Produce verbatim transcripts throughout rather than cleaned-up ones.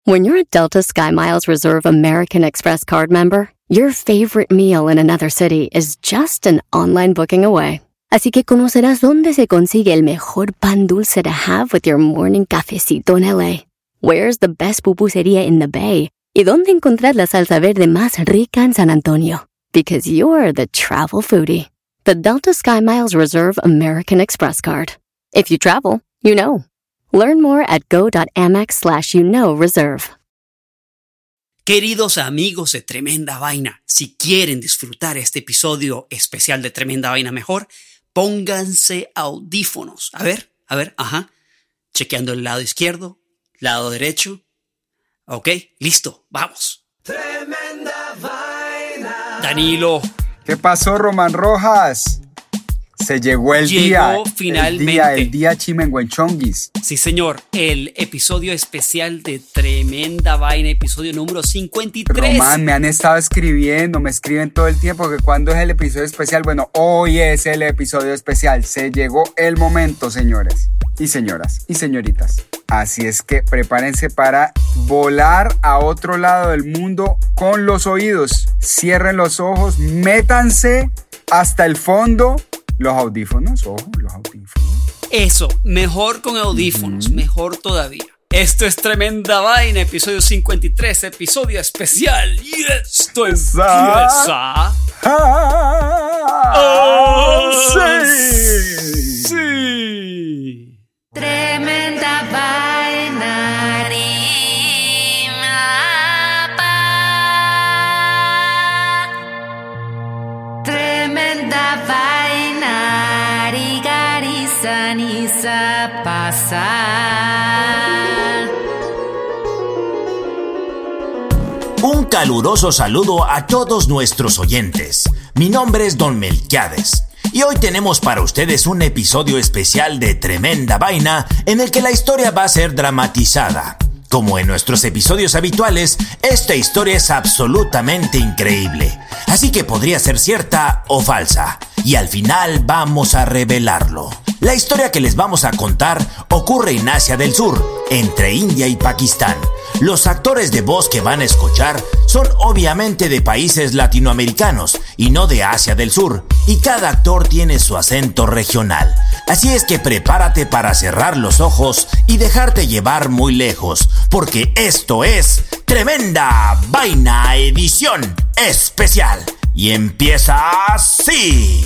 When you're a Delta SkyMiles Reserve American Express card member, your favorite meal in another city is just an online booking away. Así que conocerás dónde se consigue el mejor pan dulce to have with your morning cafecito en L A. Where's the best pupusería in the Bay? Y dónde encontrar la salsa verde más rica en San Antonio. Because you're the travel foodie. The Delta SkyMiles Reserve American Express card. If you travel, you know. Learn more at go.amex slash you know reserve. Queridos amigos de Tremenda Vaina, si quieren disfrutar este episodio especial de Tremenda Vaina mejor, pónganse audífonos. A ver, a ver, ajá. Chequeando el lado izquierdo, lado derecho. Ok, listo, vamos. Tremenda Vaina. Danilo. ¿Qué pasó, Román Rojas? Se llegó el Llegó día. finalmente. El día, el día Chimenguenchonguis. Sí, señor. El episodio especial de Tremenda Vaina, episodio número cincuenta y tres. Román, me han estado escribiendo, me escriben todo el tiempo que cuando es el episodio especial. Bueno, hoy es el episodio especial. Se llegó el momento, señores y señoras y señoritas. Así es que prepárense para volar a otro lado del mundo con los oídos. Cierren los ojos, métanse hasta el fondo. Los audífonos, ojo, los audífonos. Eso, mejor con audífonos, mm-hmm. Mejor todavía. Esto es Tremenda Vaina, episodio cincuenta y tres, episodio especial. Y esto empieza... ¡Ah! ¡Oh, sí! ¡Sí! Tremenda Vaina, rima, pa. Tremenda Vaina, rigariza, nisa, pasa. Un caluroso saludo a todos nuestros oyentes. Mi nombre es Don Melquiades y hoy tenemos para ustedes un episodio especial de Tremenda Vaina en el que la historia va a ser dramatizada. Como en nuestros episodios habituales, esta historia es absolutamente increíble, así que podría ser cierta o falsa, y al final vamos a revelarlo. La historia que les vamos a contar ocurre en Asia del Sur, entre India y Pakistán. Los actores de voz que van a escuchar son obviamente de países latinoamericanos y no de Asia del Sur, y cada actor tiene su acento regional. Así es que prepárate para cerrar los ojos y dejarte llevar muy lejos, porque esto es Tremenda Vaina edición especial. Y empieza así.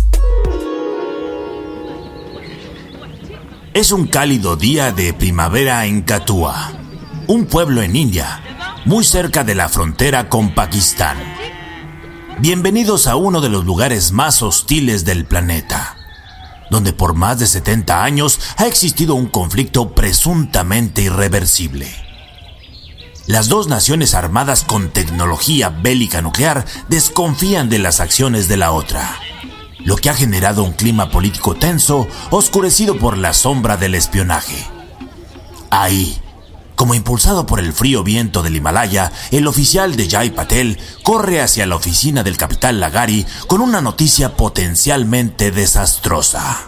Es un cálido día de primavera en Kathua, un pueblo en India, muy cerca de la frontera con Pakistán. Bienvenidos a uno de los lugares más hostiles del planeta, donde por más de setenta años ha existido un conflicto presuntamente irreversible. Las dos naciones armadas con tecnología bélica nuclear desconfían de las acciones de la otra, lo que ha generado un clima político tenso, oscurecido por la sombra del espionaje. Ahí, como impulsado por el frío viento del Himalaya, el oficial de Jay Patel corre hacia la oficina del capitán Lagari con una noticia potencialmente desastrosa.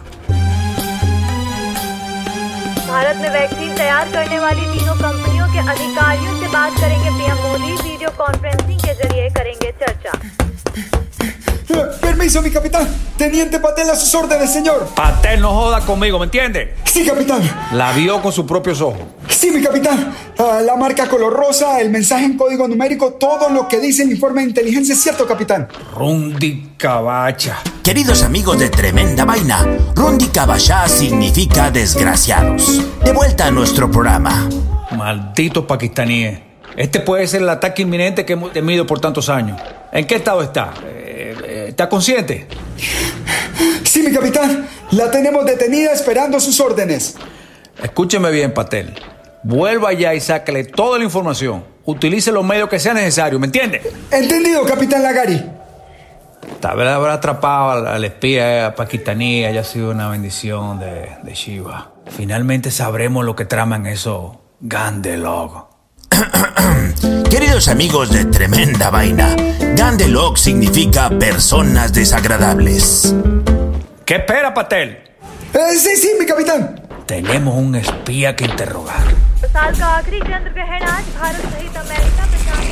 भारत में वैक्सीन तैयार करने वाली तीनों कंपनियों के अधिकारियों से बात करेंगे पीएम मोदी वीडियो कॉन्फ्रेंसिंग के जरिए करेंगे चर्चा. Permiso, mi capitán. Teniente Patel a sus órdenes, señor. Patel no joda conmigo, ¿me entiende? Sí, capitán. La vio con sus propios ojos. Sí, mi capitán. Uh, la marca color rosa, el mensaje en código numérico, todo lo que dice el informe de inteligencia es cierto, capitán. Rundi Cabacha. Queridos amigos de Tremenda Vaina, Rundi Cabacha significa desgraciados. De vuelta a nuestro programa. Malditos pakistaníes. Este puede ser el ataque inminente que hemos temido por tantos años. ¿En qué estado está? ¿Está consciente? Sí, mi capitán. La tenemos detenida esperando sus órdenes. Escúcheme bien, Patel. Vuelva allá y sácale toda la información. Utilice los medios que sean necesarios, ¿me entiende? Entendido, capitán Lagari. Tal vez haber atrapado al, al espía pakistaní haya sido una bendición de, de Shiva. Finalmente sabremos lo que traman esos Gandelog. Queridos amigos de Tremenda Vaina, Gandelog significa personas desagradables. ¿Qué espera, Patel? Eh, sí, sí, mi capitán. Tenemos un espía que interrogar. साल का आखिरी चंद्र ग्रहण आज भारत सहित अमेरिका प्रशांत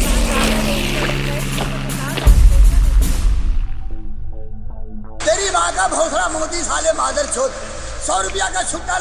तेरी माँ का भौसला मोदी साले मादर चोद सौ रुपया का छुट्टा.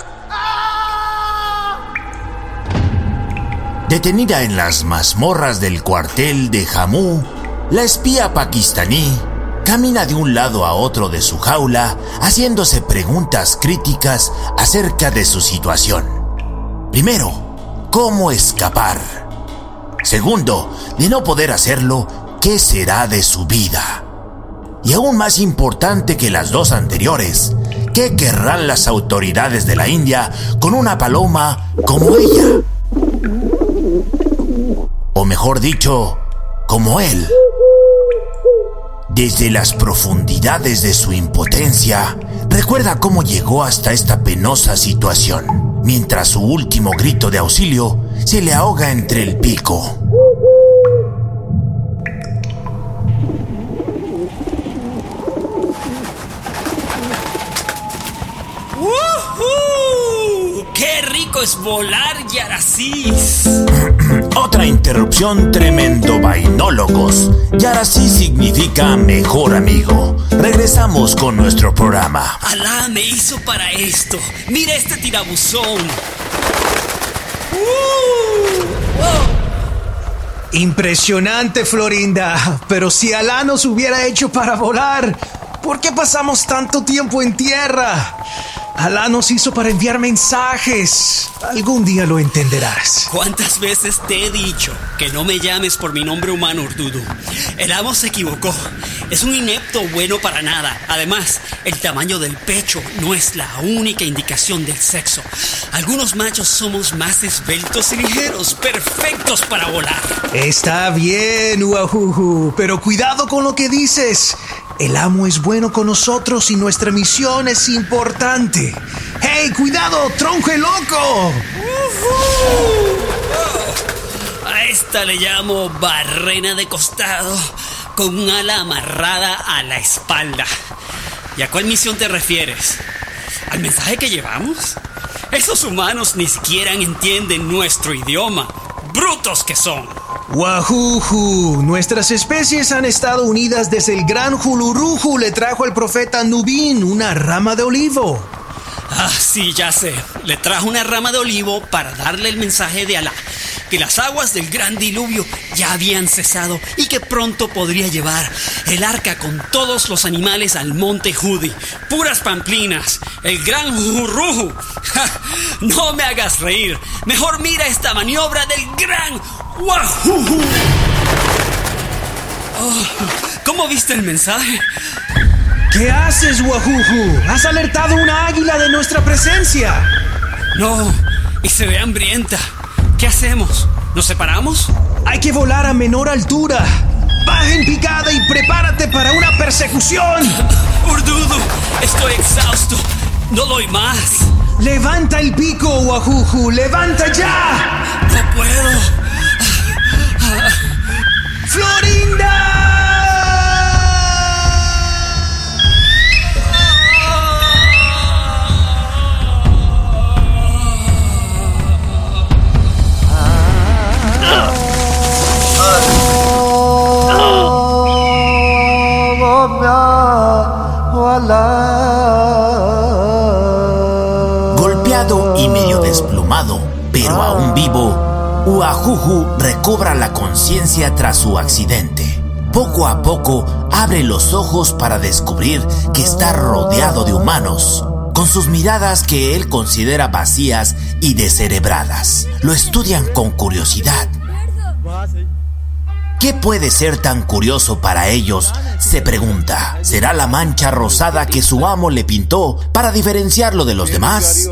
Detenida en las mazmorras del cuartel de Jammu, la espía pakistaní camina de un lado a otro de su jaula, haciéndose preguntas críticas acerca de su situación. Primero, ¿cómo escapar? Segundo, de no poder hacerlo, ¿qué será de su vida? Y aún más importante que las dos anteriores, ¿qué querrán las autoridades de la India con una paloma como ella? O mejor dicho, como él. Desde las profundidades de su impotencia, recuerda cómo llegó hasta esta penosa situación, mientras su último grito de auxilio se le ahoga entre el pico. ¡Woohoo! ¡Qué rico es volar, Yaracis! Otra interrupción, tremendo vainólogos. Yarací significa mejor amigo. Regresamos con nuestro programa. Alá me hizo para esto. Mira este tirabuzón. ¡Uh! ¡Oh! Impresionante, Florinda. Pero si Alá nos hubiera hecho para volar, ¿por qué pasamos tanto tiempo en tierra? Alá nos hizo para enviar mensajes. Algún día lo entenderás. ¿Cuántas veces te he dicho que no me llames por mi nombre humano, Urdudu? El amo se equivocó. Es un inepto bueno para nada. Además, el tamaño del pecho no es la única indicación del sexo. Algunos machos somos más esbeltos y ligeros, perfectos para volar. Está bien, Uajuju, pero cuidado con lo que dices. El amo es bueno con nosotros y nuestra misión es importante. ¡Hey, cuidado, tronco loco! Uh-huh. Oh, a esta le llamo barrena de costado, con un ala amarrada a la espalda. ¿Y a cuál misión te refieres? ¿Al mensaje que llevamos? Esos humanos ni siquiera entienden nuestro idioma. ¡Brutos que son! Wajuju, nuestras especies han estado unidas desde el gran Juluruju le trajo al profeta Nubín una rama de olivo. Ah, sí, ya sé. Le trajo una rama de olivo para darle el mensaje de Alá, que las aguas del gran diluvio ya habían cesado y que pronto podría llevar el arca con todos los animales al monte Judi. Puras pamplinas, el gran Jujurruju. No me hagas reír. Mejor mira esta maniobra del gran Wajuju. Oh, ¿cómo viste el mensaje? ¿Qué haces, Wajuju? Has alertado una águila de nuestra presencia. No, y se ve hambrienta. ¿Qué hacemos? ¿Nos separamos? Hay que volar a menor altura. Baja en picada y prepárate para una persecución. Urdudu, estoy exhausto. No doy más. Levanta el pico, Wajuju. ¡Levanta ya! No puedo. ¡Florinda! Golpeado y medio desplumado, pero aún vivo, Wajuju recobra la conciencia tras su accidente. Poco a poco abre los ojos para descubrir que está rodeado de humanos, con sus miradas que él considera vacías y descerebradas. Lo estudian con curiosidad. ¿Qué puede ser tan curioso para ellos?, se pregunta. ¿Será la mancha rosada que su amo le pintó para diferenciarlo de los demás?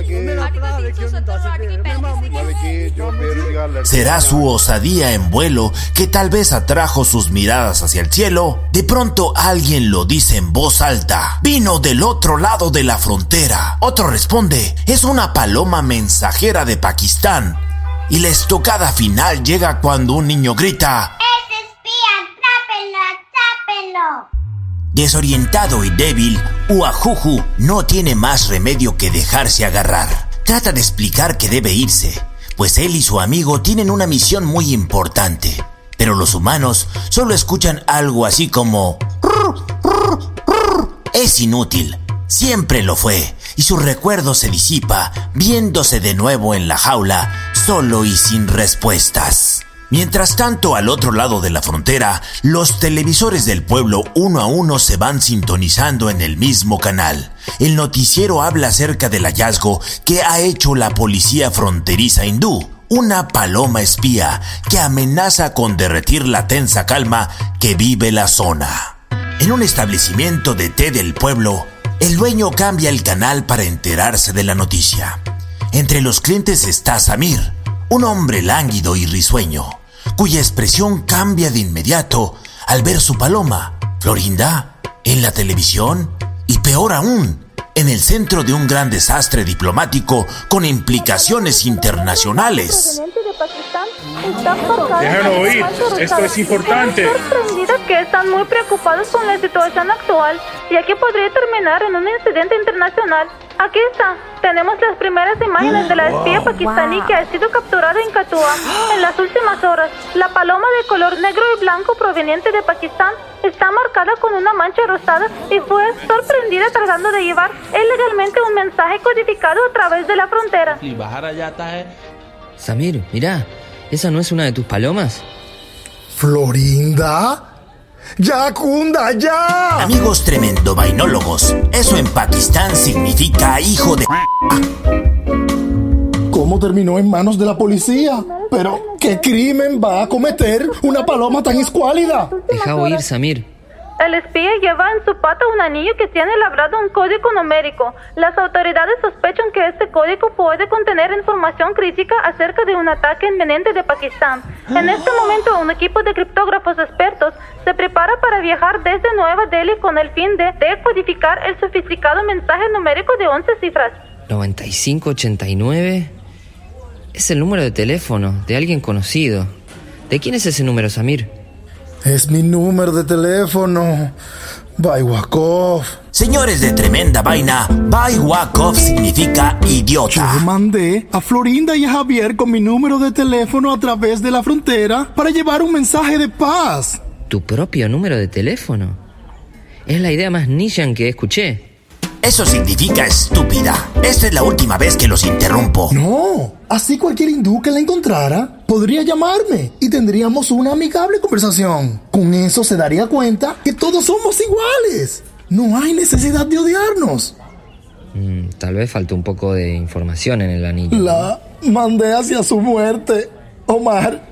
¿Será su osadía en vuelo que tal vez atrajo sus miradas hacia el cielo? De pronto alguien lo dice en voz alta: «Vino del otro lado de la frontera». Otro responde: «Es una paloma mensajera de Pakistán». Y la estocada final llega cuando un niño grita: ¡Es espía! ¡Atrápenlo! ¡Atrápenlo! Desorientado y débil, Wajuju no tiene más remedio que dejarse agarrar. Trata de explicar que debe irse, pues él y su amigo tienen una misión muy importante. Pero los humanos solo escuchan algo así como... Es inútil, siempre lo fue, y su recuerdo se disipa, viéndose de nuevo en la jaula, solo y sin respuestas. Mientras tanto, al otro lado de la frontera, los televisores del pueblo uno a uno se van sintonizando en el mismo canal. El noticiero habla acerca del hallazgo que ha hecho la policía fronteriza hindú, una paloma espía que amenaza con derretir la tensa calma que vive la zona. En un establecimiento de té del pueblo, el dueño cambia el canal para enterarse de la noticia. Entre los clientes está Samir, un hombre lánguido y risueño, cuya expresión cambia de inmediato al ver su paloma, Florinda, en la televisión y peor aún, en el centro de un gran desastre diplomático con implicaciones internacionales. Déjalo oír, esto es importante. Estoy sorprendida que están muy preocupados con la situación actual, ya que podría terminar en un incidente internacional. Aquí está, tenemos las primeras imágenes de la espía pakistaní que ha sido capturada en Kathua en las últimas horas. La paloma de color negro y blanco proveniente de Pakistán está marcada con una mancha rosada y fue sorprendida tratando de llevar ilegalmente un mensaje codificado a través de la frontera. Samir, mirá, ¿esa no es una de tus palomas? ¿Florinda? ¡Ya, Kunda, ya! Amigos tremendo vainólogos, eso en Pakistán significa hijo de... ¿Cómo terminó en manos de la policía? Pero, ¿qué crimen va a cometer una paloma tan escuálida? Deja oír, Samir. El espía lleva en su pata un anillo que tiene labrado un código numérico. Las autoridades sospechan que este código puede contener información crítica acerca de un ataque inminente de Pakistán. En este momento, un equipo de criptógrafos expertos se prepara para viajar desde Nueva Delhi con el fin de decodificar el sofisticado mensaje numérico de once cifras. noventa y cinco ochenta y nueve es el número de teléfono de alguien conocido. ¿De quién es ese número, Samir? Es mi número de teléfono. Baiwakov. Señores de Tremenda Vaina, Baiwakov significa idiota. Yo mandé a Florinda y a Javier con mi número de teléfono a través de la frontera para llevar un mensaje de paz. ¿Tu propio número de teléfono? Es la idea más Nishan que escuché. Eso significa estúpida. Esta es la última vez que los interrumpo. No, así cualquier hindú que la encontrara podría llamarme y tendríamos una amigable conversación. Con eso se daría cuenta que todos somos iguales. No hay necesidad de odiarnos. Mm, tal vez faltó un poco de información en el anillo. La mandé hacia su muerte, Omar.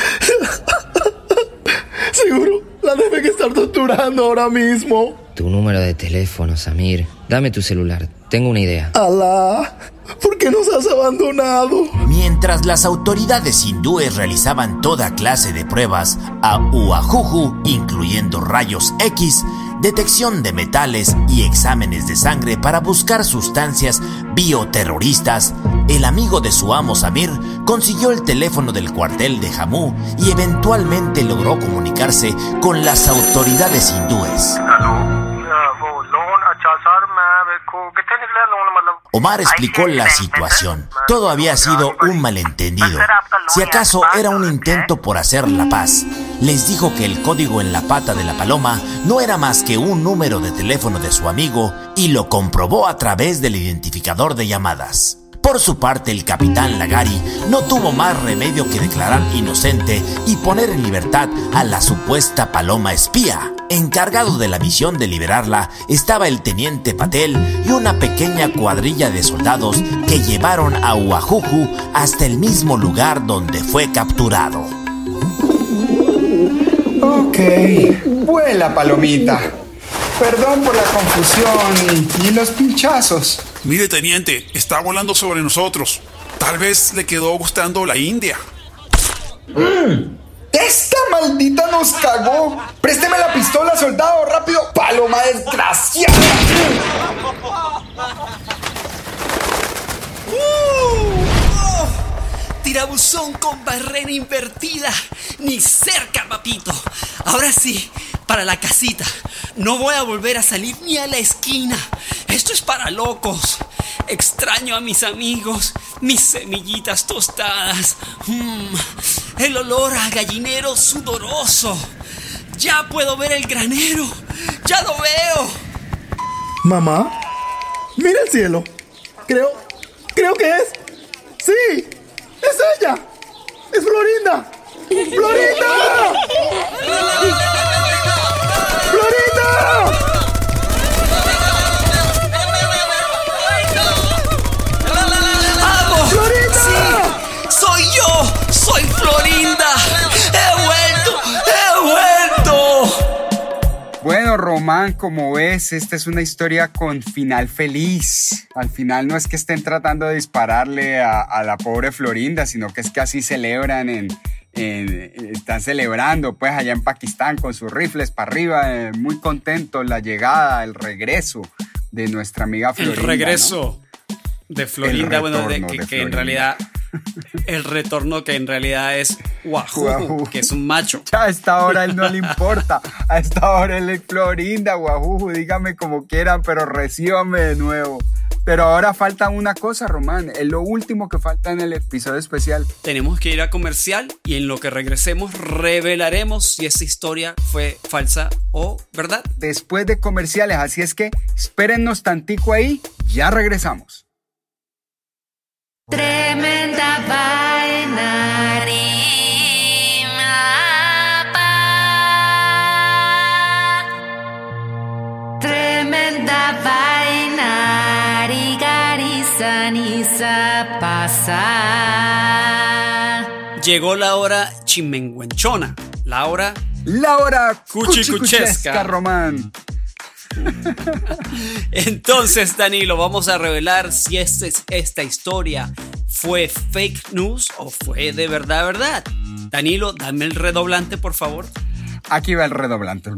Seguro la deben estar torturando ahora mismo. Tu número de teléfono, Samir. Dame tu celular. Tengo una idea. Alá, ¿por qué nos has abandonado? Mientras las autoridades hindúes realizaban toda clase de pruebas a Uajuju, incluyendo rayos X, detección de metales y exámenes de sangre para buscar sustancias bioterroristas, el amigo de su amo Samir consiguió el teléfono del cuartel de Jammu y eventualmente logró comunicarse con las autoridades hindúes. Omar explicó la situación. Todo había sido un malentendido. Si acaso era un intento por hacer la paz. Les dijo que el código en la pata de la paloma no era más que un número de teléfono de su amigo y lo comprobó a través del identificador de llamadas. Por su parte, el capitán Lagari no tuvo más remedio que declarar inocente y poner en libertad a la supuesta paloma espía. Encargado de la misión de liberarla estaba el teniente Patel y una pequeña cuadrilla de soldados que llevaron a Uajuju hasta el mismo lugar donde fue capturado. Ok, vuela, palomita. Perdón por la confusión y, y los pinchazos. Mire, teniente, está volando sobre nosotros. Tal vez le quedó gustando la India. Mm, ¡Esta maldita nos cagó! ¡Présteme la pistola, soldado! ¡Rápido! ¡Paloma desgraciada! Uh, oh, tirabuzón con barrera invertida. Ni cerca, papito. Ahora sí, para la casita. No voy a volver a salir ni a la esquina. Esto es para locos. Extraño a mis amigos mis semillitas tostadas. Mm, el olor a gallinero sudoroso. Ya puedo ver el granero. Ya lo veo. Mamá, mira el cielo. Creo, creo que es. Sí, es ella. Es Florinda. ¡Florinda! ¡Florinda! ¡Vamos! ¡Florinda! ¡Sí! ¡Soy yo! ¡Soy Florinda! ¡He vuelto! ¡He vuelto! Bueno, Román, como ves, esta es una historia con final feliz. Al final no es que estén tratando de dispararle a, a la pobre Florinda, sino que es que así celebran en... Eh, están celebrando pues allá en Pakistán con sus rifles para arriba, eh, muy contentos la llegada, el regreso de nuestra amiga Florinda. El regreso, ¿no? De Florinda, bueno, de, que, de que Florinda. En realidad, el retorno que en realidad es Wahoo, Wahoo. que es un macho. Ya a esta hora a él no le importa, a esta hora él es Florinda, Wahoo, dígame como quieran, pero recíbame de nuevo. Pero ahora falta una cosa, Román, es lo último que falta en el episodio especial. Tenemos que ir a comercial y en lo que regresemos revelaremos si esa historia fue falsa o verdad. Después de comerciales, así es que espérennos tantico ahí, ya regresamos. Tremenda vaina, rima, pa. Tremenda vaina, rigariza, nisa, pasa. Llegó la hora chimenguenchona, la hora... La hora cuchicuchesca, cuchicuchesca, Román. Entonces, Danilo, vamos a revelar si este, esta historia fue fake news o fue de verdad, verdad. Danilo, dame el redoblante, por favor. Aquí va el redoblante.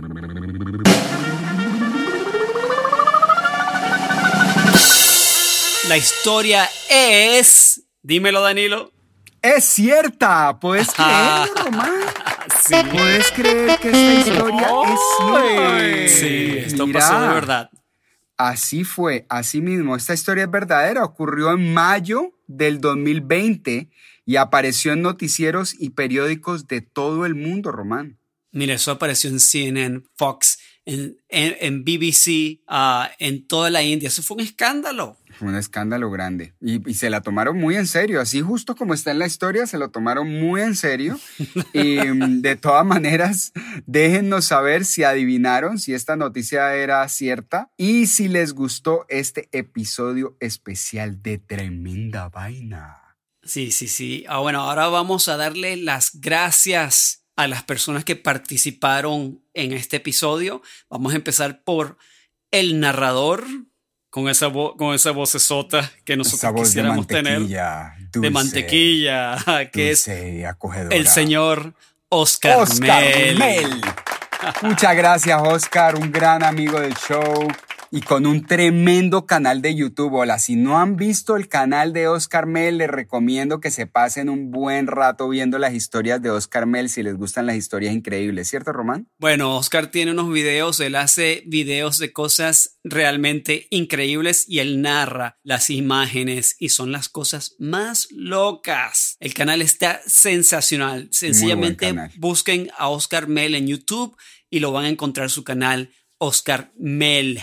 La historia es... Dímelo, Danilo. Es cierta. ¿Puedes creerlo, Román? Sí. ¿Puedes creer que esta historia es cierta? Sí, esto Mira, pasó de verdad. Así fue, así mismo. Esta historia es verdadera. Ocurrió en mayo del dos mil veinte y apareció en noticieros y periódicos de todo el mundo, Román. Mira, eso apareció en C N N, Fox, en, en, en B B C, uh, en toda la India. Eso fue un escándalo. Fue un escándalo grande. Y, y se la tomaron muy en serio. Así justo como está en la historia, se lo tomaron muy en serio. Y de todas maneras, déjennos saber si adivinaron, si esta noticia era cierta y si les gustó este episodio especial de Tremenda Vaina. Sí, sí, sí. Ah, bueno, ahora vamos a darle las gracias a las personas que participaron en este episodio. Vamos a empezar por el narrador, con esa, vo- con esa vocesota que nosotros Esa voz quisiéramos de tener. dulce, de mantequilla, que dulce, es acogedora. el señor Oscar, Oscar Mel. Mel. Muchas gracias, Oscar, un gran amigo del show y con un tremendo canal de YouTube. Hola, si no han visto el canal de Oscar Mel, les recomiendo que se pasen un buen rato viendo las historias de Oscar Mel si les gustan las historias increíbles, ¿cierto, Román? Bueno, Oscar tiene unos videos, él hace videos de cosas realmente increíbles y él narra las imágenes y son las cosas más locas. El canal está sensacional. Sencillamente busquen a Oscar Mel en YouTube y lo van a encontrar su canal Oscar Mel.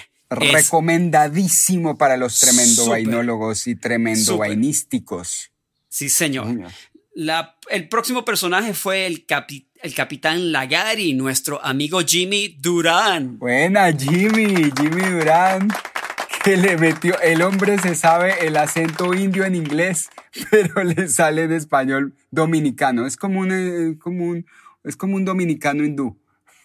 Recomendadísimo para los tremendo Súper. vainólogos y tremendo Súper. vainísticos. Sí, señor. La, el próximo personaje fue el, capi, el capitán Lagari, nuestro amigo Jimmy Durán. Buena, Jimmy, Jimmy Durán, que le metió, el hombre se sabe el acento indio en inglés, pero le sale en español dominicano. Es como un, eh, como un, es como un dominicano hindú.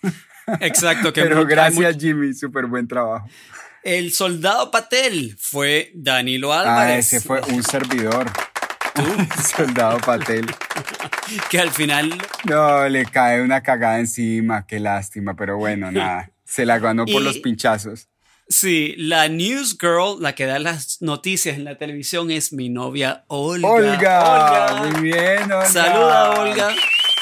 Exacto. Que pero muy, gracias, muy... Jimmy, súper buen trabajo. El soldado Patel fue Danilo Álvarez. Ah, ese fue un servidor. Soldado Patel. Que al final... No, le cae una cagada encima, qué lástima, pero bueno, nada. Se la ganó por y, los pinchazos. Sí, la news girl, la que da las noticias en la televisión, es mi novia Olga. Olga, Olga. Muy bien, Olga. Saluda, Olga.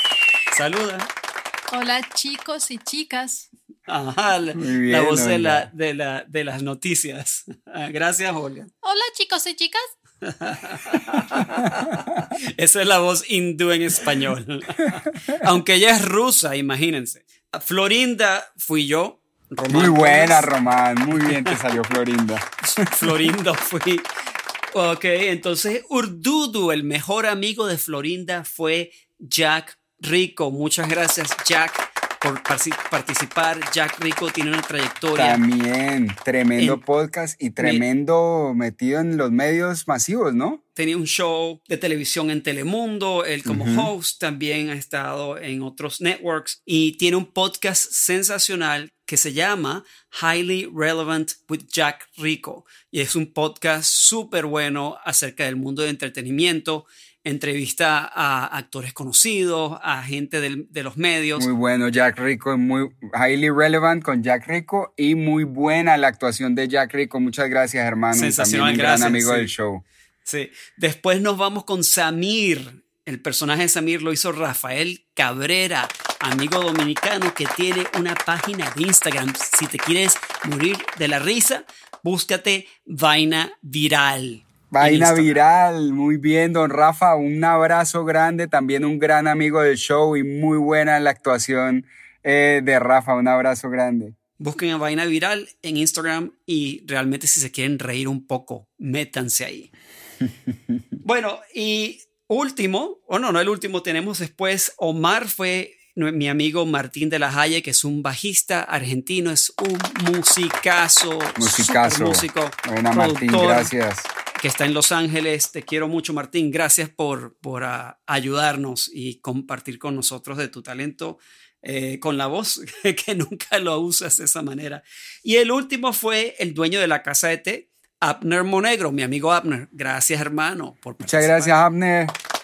Saluda. Hola, chicos y chicas. Ajá, la, bien, la voz Olga. de, la, de, la, de las noticias. Gracias, Olga. Hola, chicos y chicas. Esa es la voz hindú en español. Aunque ella es rusa, imagínense. Florinda fui yo. Román muy buena, Gómez. Román. Muy bien te salió Florinda. Florinda fui. Ok, entonces Urdudu, el mejor amigo de Florinda fue Jack Rico. Muchas gracias, Jack, por participar. Jack Rico tiene una trayectoria. También, tremendo en, podcast y tremendo me, metido en los medios masivos, ¿no? Tenía un show de televisión en Telemundo, él como uh-huh. host también ha estado en otros networks y tiene un podcast sensacional que se llama Highly Relevant with Jack Rico y es un podcast súper bueno acerca del mundo de entretenimiento. Entrevista a actores conocidos, a gente del, de los medios. Muy bueno, Jack Rico, muy Highly Relevant con Jack Rico y muy buena la actuación de Jack Rico. Muchas gracias, hermano. Sensacional, también un gracias, gran amigo sí. del show. Sí. Después nos vamos con Samir. El personaje de Samir lo hizo Rafael Cabrera, amigo dominicano que tiene una página de Instagram. Si te quieres morir de la risa, búscate Vaina Viral. Vaina Viral, muy bien, don Rafa, un abrazo grande, también un gran amigo del show y muy buena la actuación eh, de Rafa, un abrazo grande. Busquen a Vaina Viral en Instagram y realmente si se quieren reír un poco, métanse ahí. Bueno, y último, o no, no el último, tenemos después Omar, fue mi amigo Martín de la Haye, que es un bajista argentino, es un musicazo, musicazo, músico, buena Martín, gracias. Que está en Los Ángeles. Te quiero mucho, Martín. Gracias por, por uh, ayudarnos y compartir con nosotros de tu talento eh, con la voz, que nunca lo usas de esa manera. Y el último fue el dueño de la casa de té, Abner Monegro, mi amigo Abner. Gracias, hermano, por participar. Muchas gracias, Abner.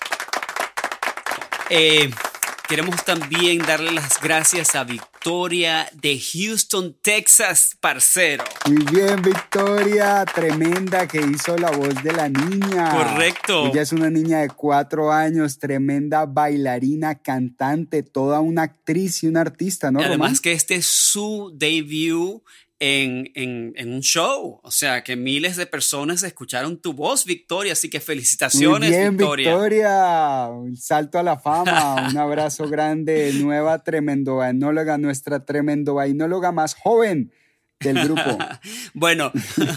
Eh, Queremos también darle las gracias a Victoria de Houston, Texas, parcero. Muy bien, Victoria, tremenda, que hizo la voz de la niña. Correcto. Ella es una niña de cuatro años, tremenda bailarina, cantante, toda una actriz y una artista, ¿no, y además Román? que este es su debut en, en, en un show. O sea, que miles de personas escucharon tu voz, Victoria. Así que felicitaciones, Muy bien, Victoria. Victoria. Un salto a la fama. Un abrazo grande. Nueva tremendo vainóloga, nuestra tremendo vainóloga más joven del grupo. Bueno,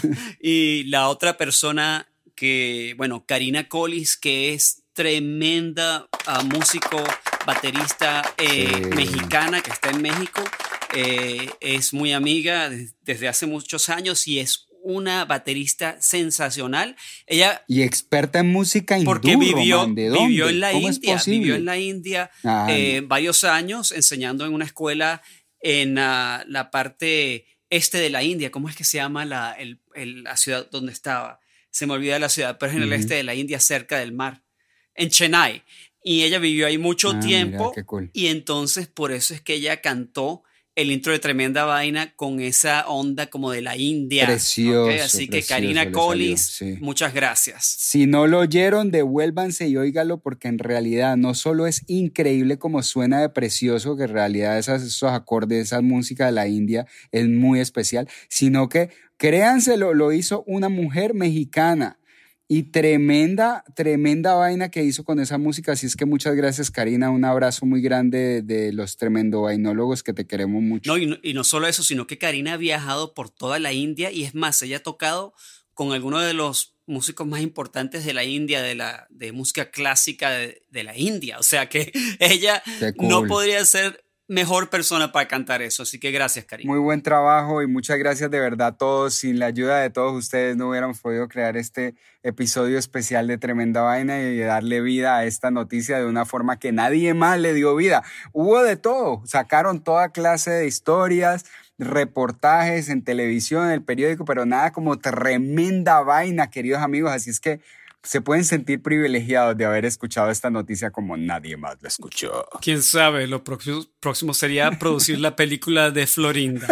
y la otra persona que, bueno, Karina Collis, que es tremenda uh, músico, baterista eh, sí. mexicana, que está en México. Eh, es muy amiga desde hace muchos años y es una baterista sensacional. Ella y experta en música hindú, porque vivió, Román, ¿de dónde? vivió en la ¿Cómo India, es posible? vivió en la India ah, eh, no. varios años enseñando en una escuela en uh, la parte este de la India. ¿Cómo es que se llama la, el, el, la ciudad donde estaba? Se me olvida la ciudad, pero es en el uh-huh. este de la India, cerca del mar, en Chennai. Y ella vivió ahí mucho ah, tiempo mira, qué cool. Y entonces por eso es que ella cantó el intro de Tremenda Vaina con esa onda como de la India. Precioso. ¿Okay? Así que precioso, Karina Collis, sí. muchas gracias. Si no lo oyeron, devuélvanse y óigalo porque en realidad no solo es increíble como suena de precioso, que en realidad esas, esos acordes, esa música de la India es muy especial, sino que créanselo, lo hizo una mujer mexicana. Y tremenda, tremenda vaina que hizo con esa música. Así es que muchas gracias, Karina. Un abrazo muy grande de, de los tremendo vainólogos que te queremos mucho. No y, no, y no solo eso, sino que Karina ha viajado por toda la India y es más, ella ha tocado con algunos de los músicos más importantes de la India, de, la, de música clásica de, de la India. O sea que ella cool. no podría ser mejor persona para cantar eso, así que gracias, Karina. Muy buen trabajo y muchas gracias de verdad a todos. Sin la ayuda de todos ustedes no hubiéramos podido crear este episodio especial de Tremenda Vaina y darle vida a esta noticia de una forma que nadie más le dio vida. Hubo de todo, sacaron toda clase de historias, reportajes en televisión, en el periódico, pero nada como Tremenda Vaina, queridos amigos, así es que se pueden sentir privilegiados de haber escuchado esta noticia como nadie más lo escuchó. Quién sabe, lo próximo, próximo sería producir la película de Florinda.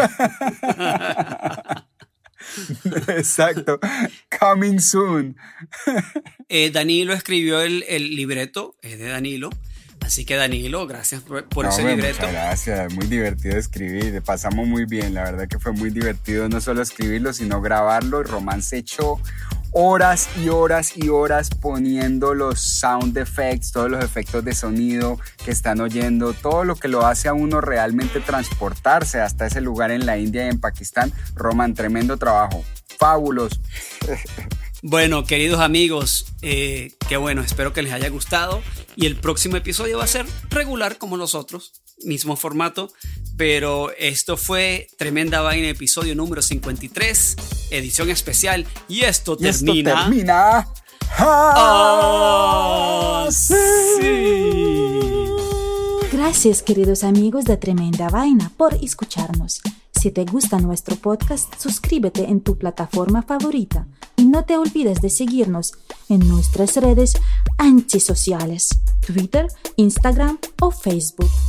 Exacto. Coming soon. eh, Danilo escribió el, el libreto, es de Danilo. Así que Danilo, gracias por, por no, ese hombre, libreto. Muchas gracias, muy divertido escribir, pasamos muy bien, la verdad que fue muy divertido no solo escribirlo, sino grabarlo. Román se echó horas y horas y horas poniendo los sound effects, todos los efectos de sonido que están oyendo, todo lo que lo hace a uno realmente transportarse hasta ese lugar en la India y en Pakistán. Roman, tremendo trabajo, fabuloso. Bueno, queridos amigos, eh, qué bueno, espero que les haya gustado y el próximo episodio va a ser regular como los otros, mismo formato, pero esto fue Tremenda Vaina, episodio número cincuenta y tres, edición especial, y esto y termina... Esto termina... ¡Ah, sí! Gracias, queridos amigos de Tremenda Vaina, por escucharnos. Si te gusta nuestro podcast, suscríbete en tu plataforma favorita y no te olvides de seguirnos en nuestras redes antisociales, Twitter, Instagram o Facebook.